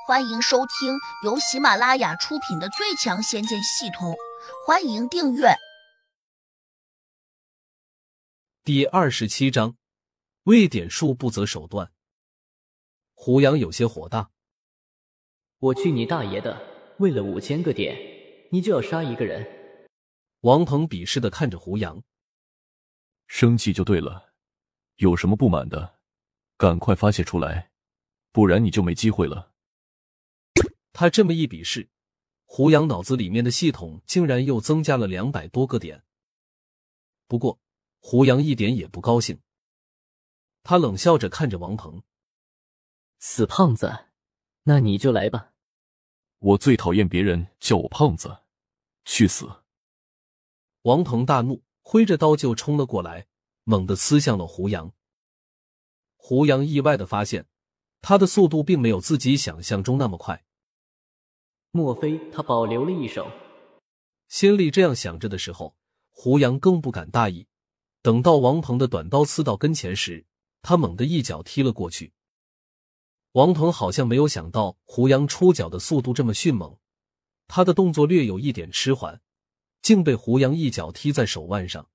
欢迎收听由喜马拉雅出品的《最强仙剑系统》，欢迎订阅。 第27章，为点数不择手段。胡杨有些火大。 我去你大爷的，为了5000个点，你就要杀一个人？ 王鹏鄙视地看着胡杨。 生气就对了，有什么不满的，赶快发泄出来，不然你就没机会了。 他这么一比试，胡杨脑子里面的系统竟然又增加了200多个点。不过胡杨一点也不高兴，他冷笑着看着王鹏。 死胖子，那你就来吧。 我最讨厌别人叫我胖子，去死！ 王鹏大怒，挥着刀就冲了过来，猛地刺向了胡杨。胡杨意外地发现，他的速度并没有自己想象中那么快。 莫非他保留了一手？ 心里这样想着的时候，胡杨更不敢大意。等到王鹏的短刀刺到跟前时，他猛地一脚踢了过去。王鹏好像没有想到胡杨出脚的速度这么迅猛，他的动作略有一点迟缓，竟被胡杨一脚踢在手腕上。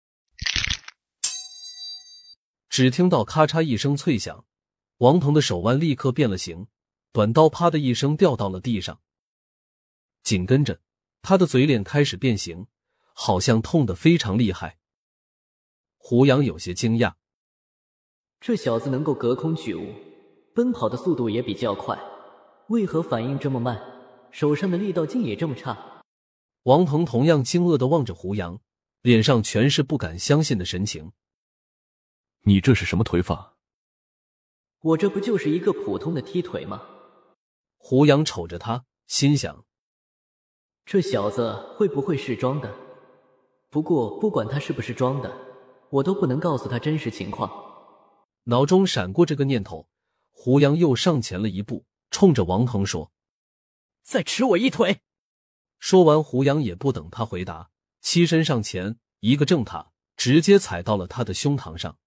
只听到咔嚓一声脆响，王鹏的手腕立刻变了形，短刀啪的一声掉到了地上。紧跟着，他的嘴脸开始变形，好像痛得非常厉害。胡杨有些惊讶， 这小子能够隔空取物，奔跑的速度也比较快，为何反应这么慢，手上的力道竟也这么差？ 王鹏同样惊愕地望着胡杨，脸上全是不敢相信的神情。 你这是什么腿法？ 我这不就是一个普通的踢腿吗？ 胡杨瞅着他，心想， 这小子会不会是装的？不过不管他是不是装的，我都不能告诉他真实情况。 脑中闪过这个念头，胡杨又上前了一步，冲着王鹏说：“ 再吃我一腿！” 说完，胡杨也不等他回答，欺身上前，一个正踏，直接踩到了他的胸膛上。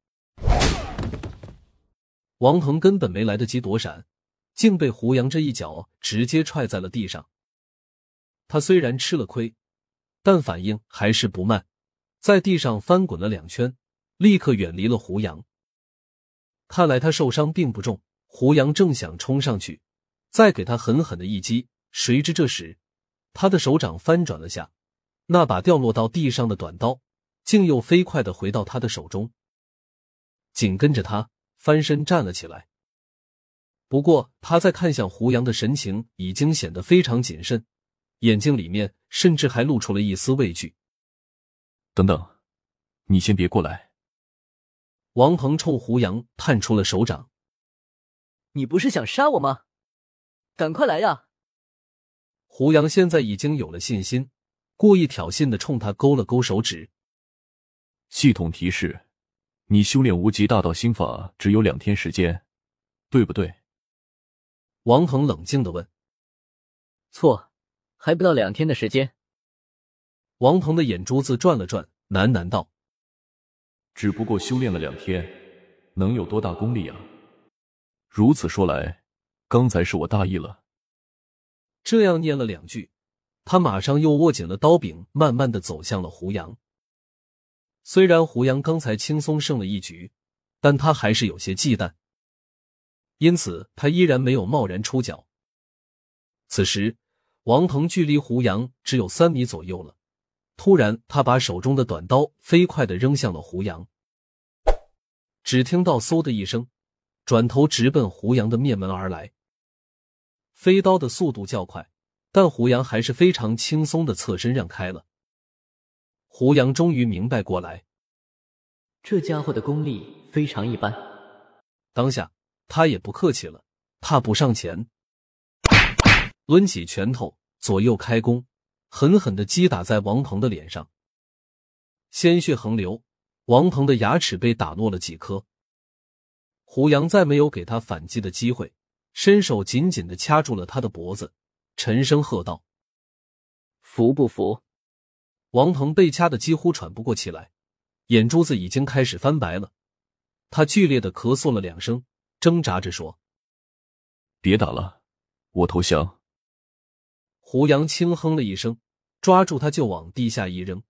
王鹏根本没来得及躲闪，竟被胡杨这一脚直接踹在了地上。他虽然吃了亏，但反应还是不慢，在地上翻滚了2圈，立刻远离了胡杨。看来他受伤并不重，胡杨正想冲上去，再给他狠狠的一击，谁知这时他的手掌翻转了下，那把掉落到地上的短刀竟又飞快地回到他的手中。紧跟着他翻身站了起来。不过他在看向胡杨的神情已经显得非常谨慎，眼睛里面甚至还露出了一丝畏惧。 等等，你先别过来。 王鹏冲胡杨探出了手掌。 你不是想杀我吗？赶快来呀！ 胡杨现在已经有了信心，故意挑衅地冲他勾了勾手指。 系统提示，你修炼无极大道心法只有2天时间，对不对？ 王鹏冷静地问。 错，还不到2天的时间。 王鹏的眼珠子转了转，喃喃道： 只不过修炼了2天，能有多大功力啊？如此说来，刚才是我大意了。 这样念了2句，他马上又握紧了刀柄，慢慢地走向了胡杨。虽然胡杨刚才轻松胜了一局，但他还是有些忌惮，因此他依然没有贸然出脚。此时王鹏距离胡杨只有3米左右了，突然他把手中的短刀飞快地扔向了胡杨。只听到嗖的一声，转头直奔胡杨的面门而来。飞刀的速度较快，但胡杨还是非常轻松地侧身让开了。胡杨终于明白过来， 这家伙的功力非常一般。 当下他也不客气了，踏步上前，抡起拳头左右开弓，狠狠地击打在王鹏的脸上。鲜血横流，王鹏的牙齿被打落了几颗。胡杨再没有给他反击的机会，伸手紧紧地掐住了他的脖子，沉声喝道： 服不服？ 王鹏被掐得几乎喘不过气来，眼珠子已经开始翻白了。他剧烈地咳嗽了2声，挣扎着说： 别打了， 我投降。 胡杨轻哼了一声，抓住他就往地下一扔。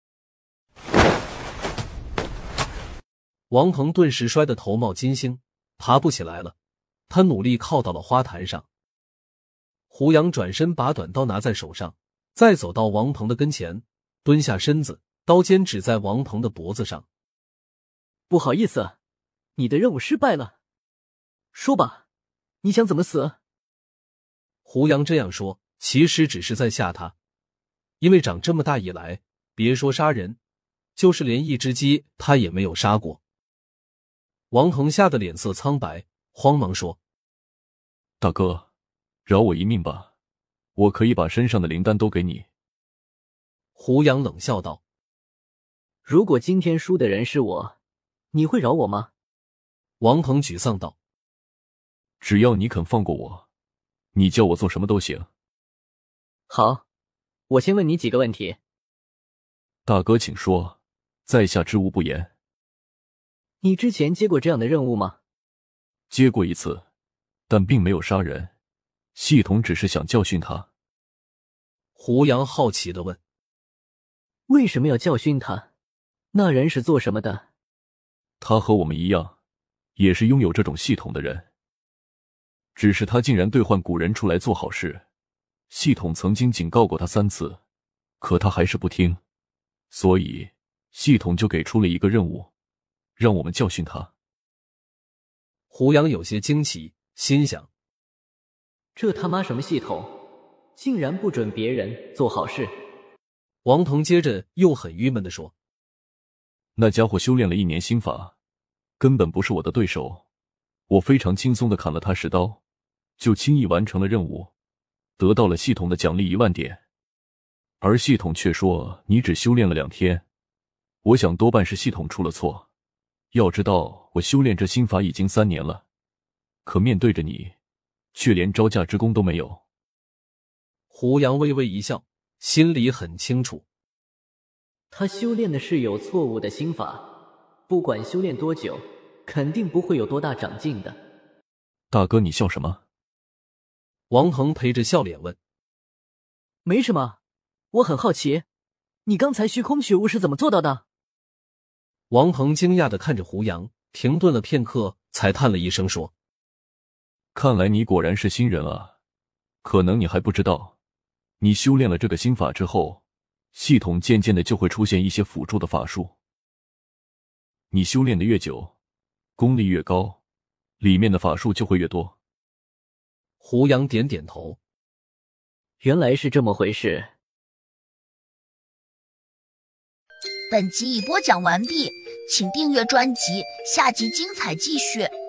王鹏顿时摔得头冒金星，爬不起来了。他努力靠到了花坛上。胡杨转身把短刀拿在手上，再走到王鹏的跟前，蹲下身子，刀尖指在王鹏的脖子上。 不好意思，你的任务失败了。说吧，你想怎么死？ 胡杨这样说，其实只是在吓他，因为长这么大以来，别说杀人，就是连一只鸡他也没有杀过。王鹏吓得脸色苍白，慌忙说： 大哥，饶我一命吧，我可以把身上的灵丹都给你。 胡杨冷笑道： 如果今天输的人是我，你会饶我吗？ 王鹏沮丧道： 只要你肯放过我，你叫我做什么都行。 好，我先问你几个问题。 大哥请说，在下知无不言。 你之前接过这样的任务吗？ 接过一次，但并没有杀人，系统只是想教训他。 胡杨好奇地问： 为什么要教训他？那人是做什么的？ 他和我们一样，也是拥有这种系统的人，只是他竟然兑换古人出来做好事。系统曾经警告过他3次，可他还是不听，所以系统就给出了一个任务，让我们教训他。 胡杨有些惊奇，心想： 这他妈什么系统，竟然不准别人做好事。 王鹏接着又很郁闷地说： 那家伙修炼了1年心法，根本不是我的对手，我非常轻松地砍了他10刀，就轻易完成了任务，得到了系统的奖励1万点。而系统却说你只修炼了2天，我想多半是系统出了错。要知道我修炼这心法已经3年了，可面对着你，却连招架之功都没有。 胡杨微微一笑，心里很清楚， 他修炼的是有错误的心法，不管修炼多久，肯定不会有多大长进的。 大哥，你笑什么？ 王鹏陪着笑脸问。 没什么，我很好奇，你刚才虚空取物是怎么做到的？ 王鹏惊讶地看着胡杨，停顿了片刻，才叹了一声说： 看来你果然是新人啊，可能你还不知道，你修炼了这个心法之后，系统渐渐的就会出现一些辅助的法术。你修炼的越久，功力越高，里面的法术就会越多。 胡杨点点头。 原来是这么回事。 本集已播讲完毕，请订阅专辑，下集精彩继续。